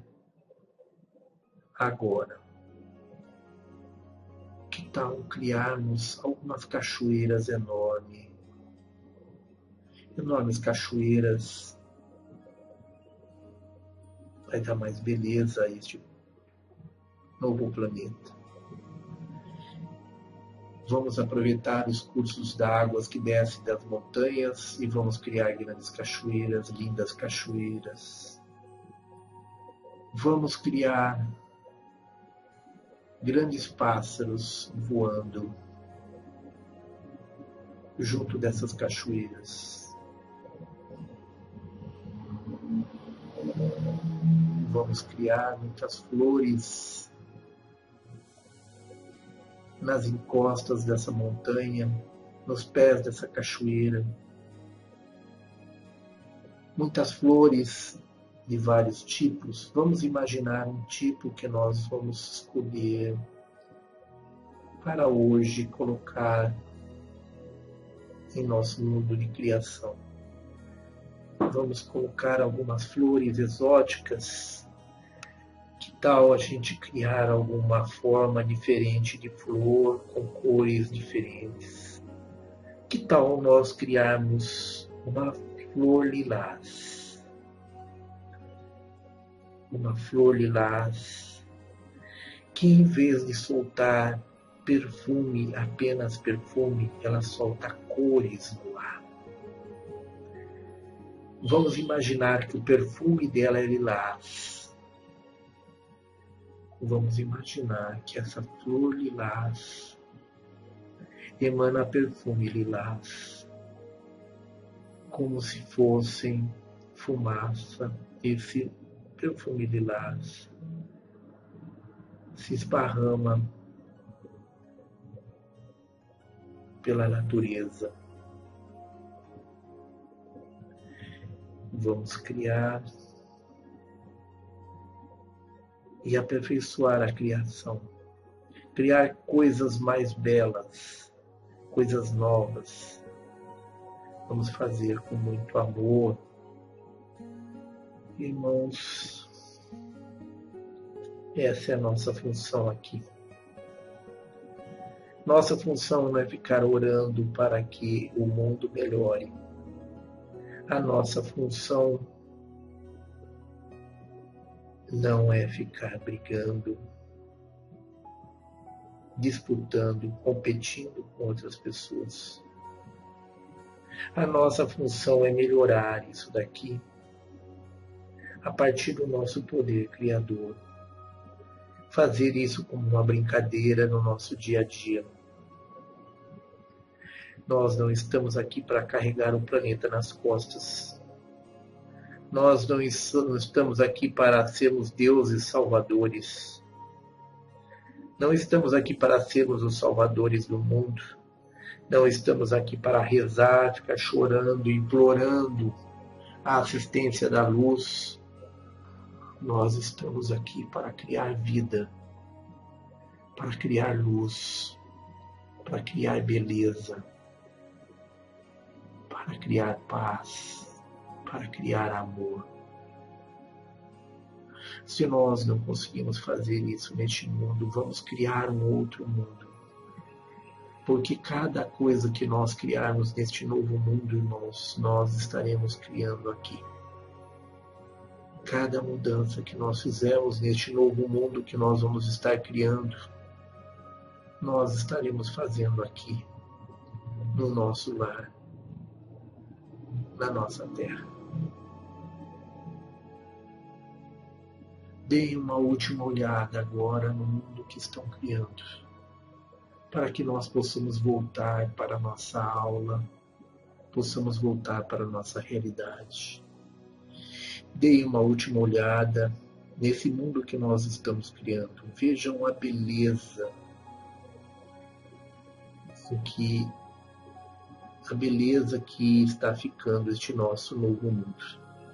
agora? Que tal criarmos algumas cachoeiras enormes? Enormes cachoeiras. Vai dar mais beleza a este novo planeta. Vamos aproveitar os cursos d'água que descem das montanhas e vamos criar grandes cachoeiras, lindas cachoeiras. Vamos criar grandes pássaros voando junto dessas cachoeiras. Vamos criar muitas flores nas encostas dessa montanha, nos pés dessa cachoeira. Muitas flores de vários tipos. Vamos imaginar um tipo que nós vamos escolher para hoje colocar em nosso mundo de criação. Vamos colocar algumas flores exóticas. Que tal a gente criar alguma forma diferente de flor, com cores diferentes? Que tal nós criarmos uma flor lilás? Uma flor lilás que, em vez de soltar perfume, apenas perfume, ela solta cores no ar. Vamos imaginar que o perfume dela é lilás. Vamos imaginar que essa flor lilás emana perfume lilás, como se fossem fumaça. Esse perfume lilás se esparrama pela natureza. Vamos criar e aperfeiçoar a criação. criar coisas mais belas, coisas novas. Vamos fazer com muito amor. Irmãos, essa é a nossa função aqui. Nossa função não é ficar orando para que o mundo melhore. A nossa função não é ficar brigando, disputando, competindo com outras pessoas. A nossa função é melhorar isso daqui a partir do nosso poder criador. Fazer isso como uma brincadeira no nosso dia a dia. Nós não estamos aqui para carregar o planeta nas costas. Nós não estamos aqui para sermos deuses salvadores. Não estamos aqui para sermos os salvadores do mundo. Não estamos aqui para rezar, ficar chorando, implorando a assistência da luz. Nós estamos aqui para criar vida, para criar luz, para criar beleza, para criar paz, para criar amor. Se nós não conseguimos fazer isso neste mundo, vamos criar um outro mundo. Porque cada coisa que nós criarmos neste novo mundo, irmãos, nós estaremos criando aqui. Cada mudança que nós fizermos neste novo mundo que nós vamos estar criando, nós estaremos fazendo aqui, no nosso lar, na nossa terra. Deem uma última olhada agora no mundo que estão criando, para que nós possamos voltar para a nossa aula, possamos voltar para a nossa realidade. Deem uma última olhada nesse mundo que nós estamos criando. Vejam a beleza que está ficando este nosso novo mundo.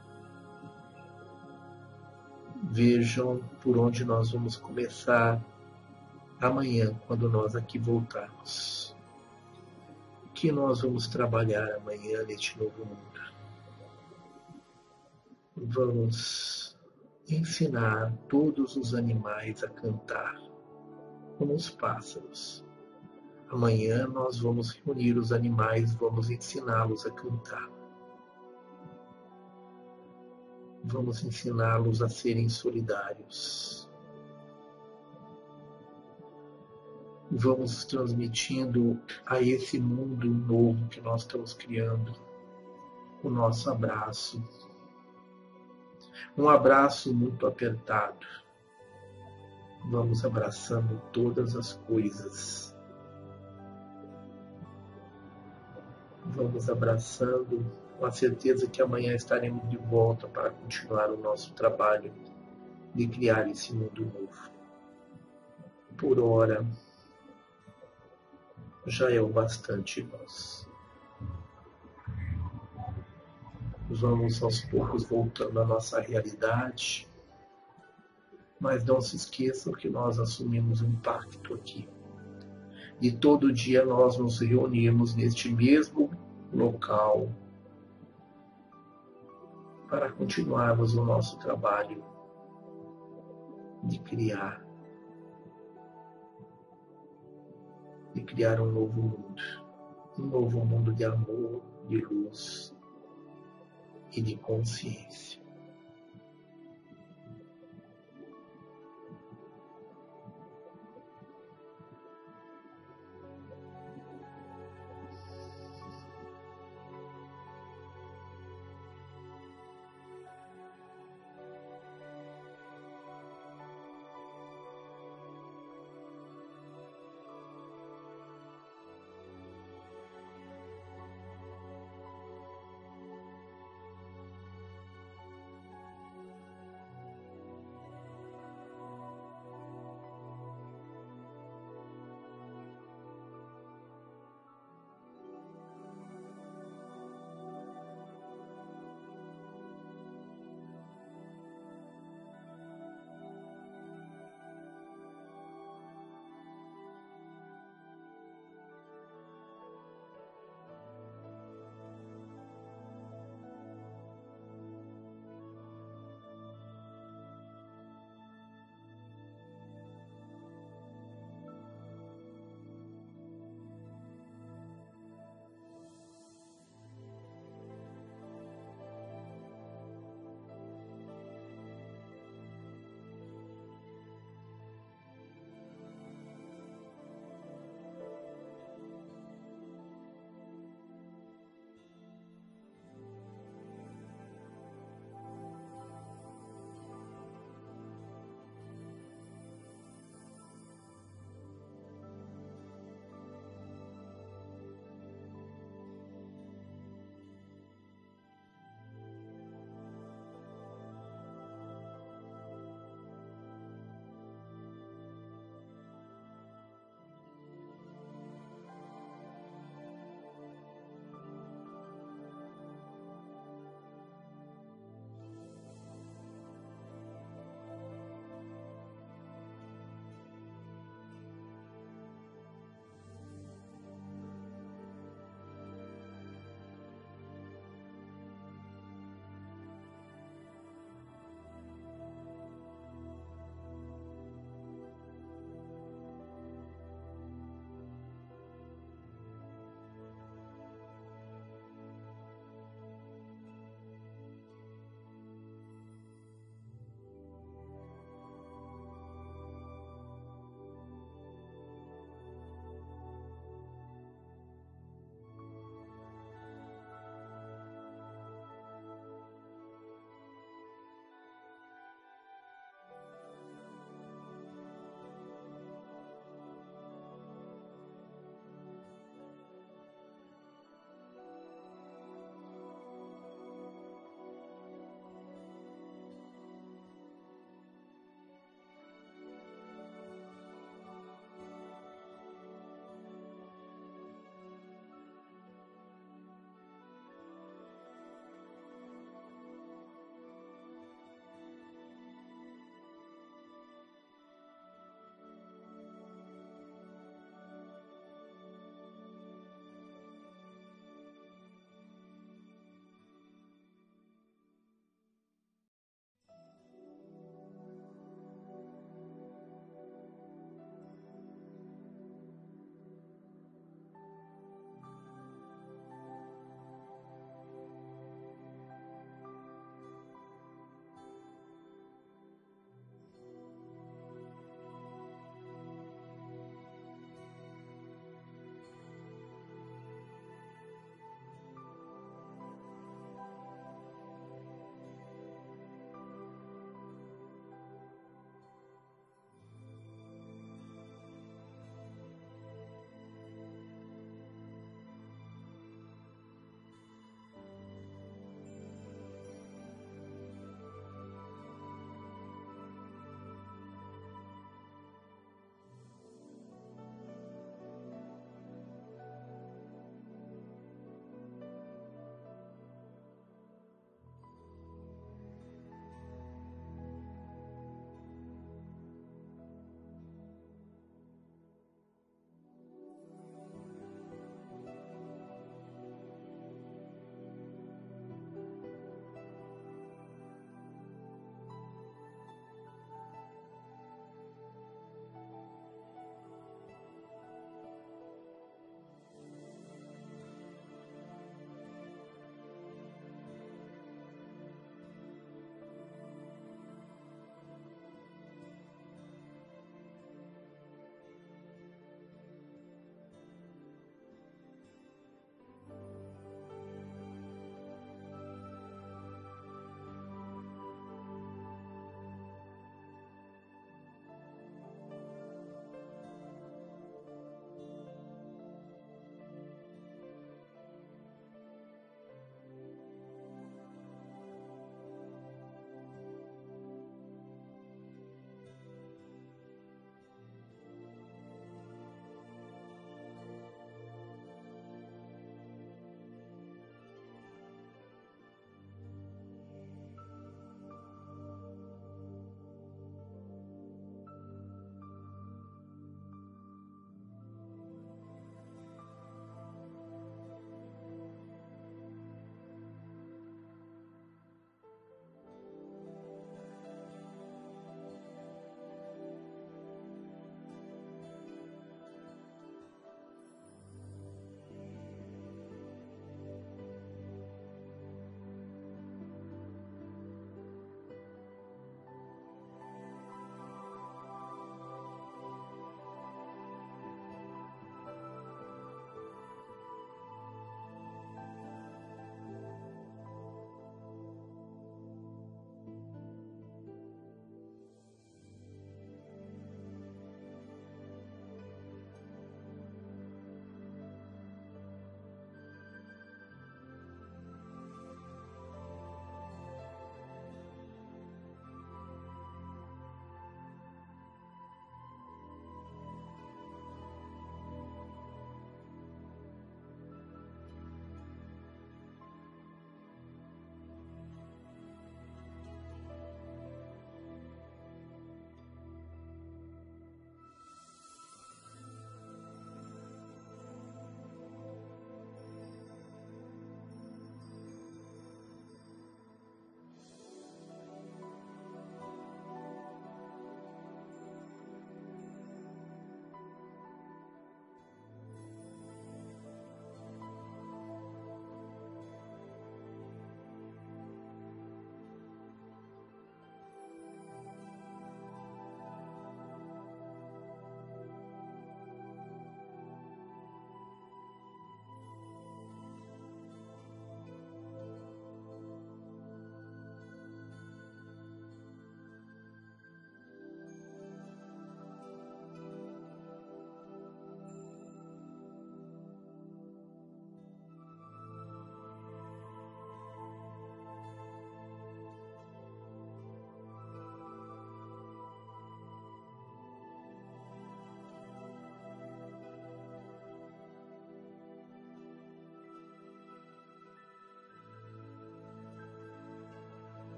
Vejam por onde nós vamos começar amanhã, quando nós aqui voltarmos. O que nós vamos trabalhar amanhã neste novo mundo? Vamos ensinar todos os animais a cantar, como os pássaros. Amanhã nós vamos reunir os animais, vamos ensiná-los a cantar. Vamos ensiná-los a serem solidários. Vamos transmitindo a esse mundo novo que nós estamos criando o nosso abraço. Um abraço muito apertado. Vamos abraçando todas as coisas. Vamos abraçando com a certeza que amanhã estaremos de volta para continuar o nosso trabalho de criar esse mundo novo. Por hora, já é o bastante, irmãos. Vamos aos poucos voltando à nossa realidade, mas não se esqueçam que nós assumimos um pacto aqui. E todo dia nós nos reunimos neste mesmo local para continuarmos o nosso trabalho de criar um novo mundo de amor, de luz e de consciência.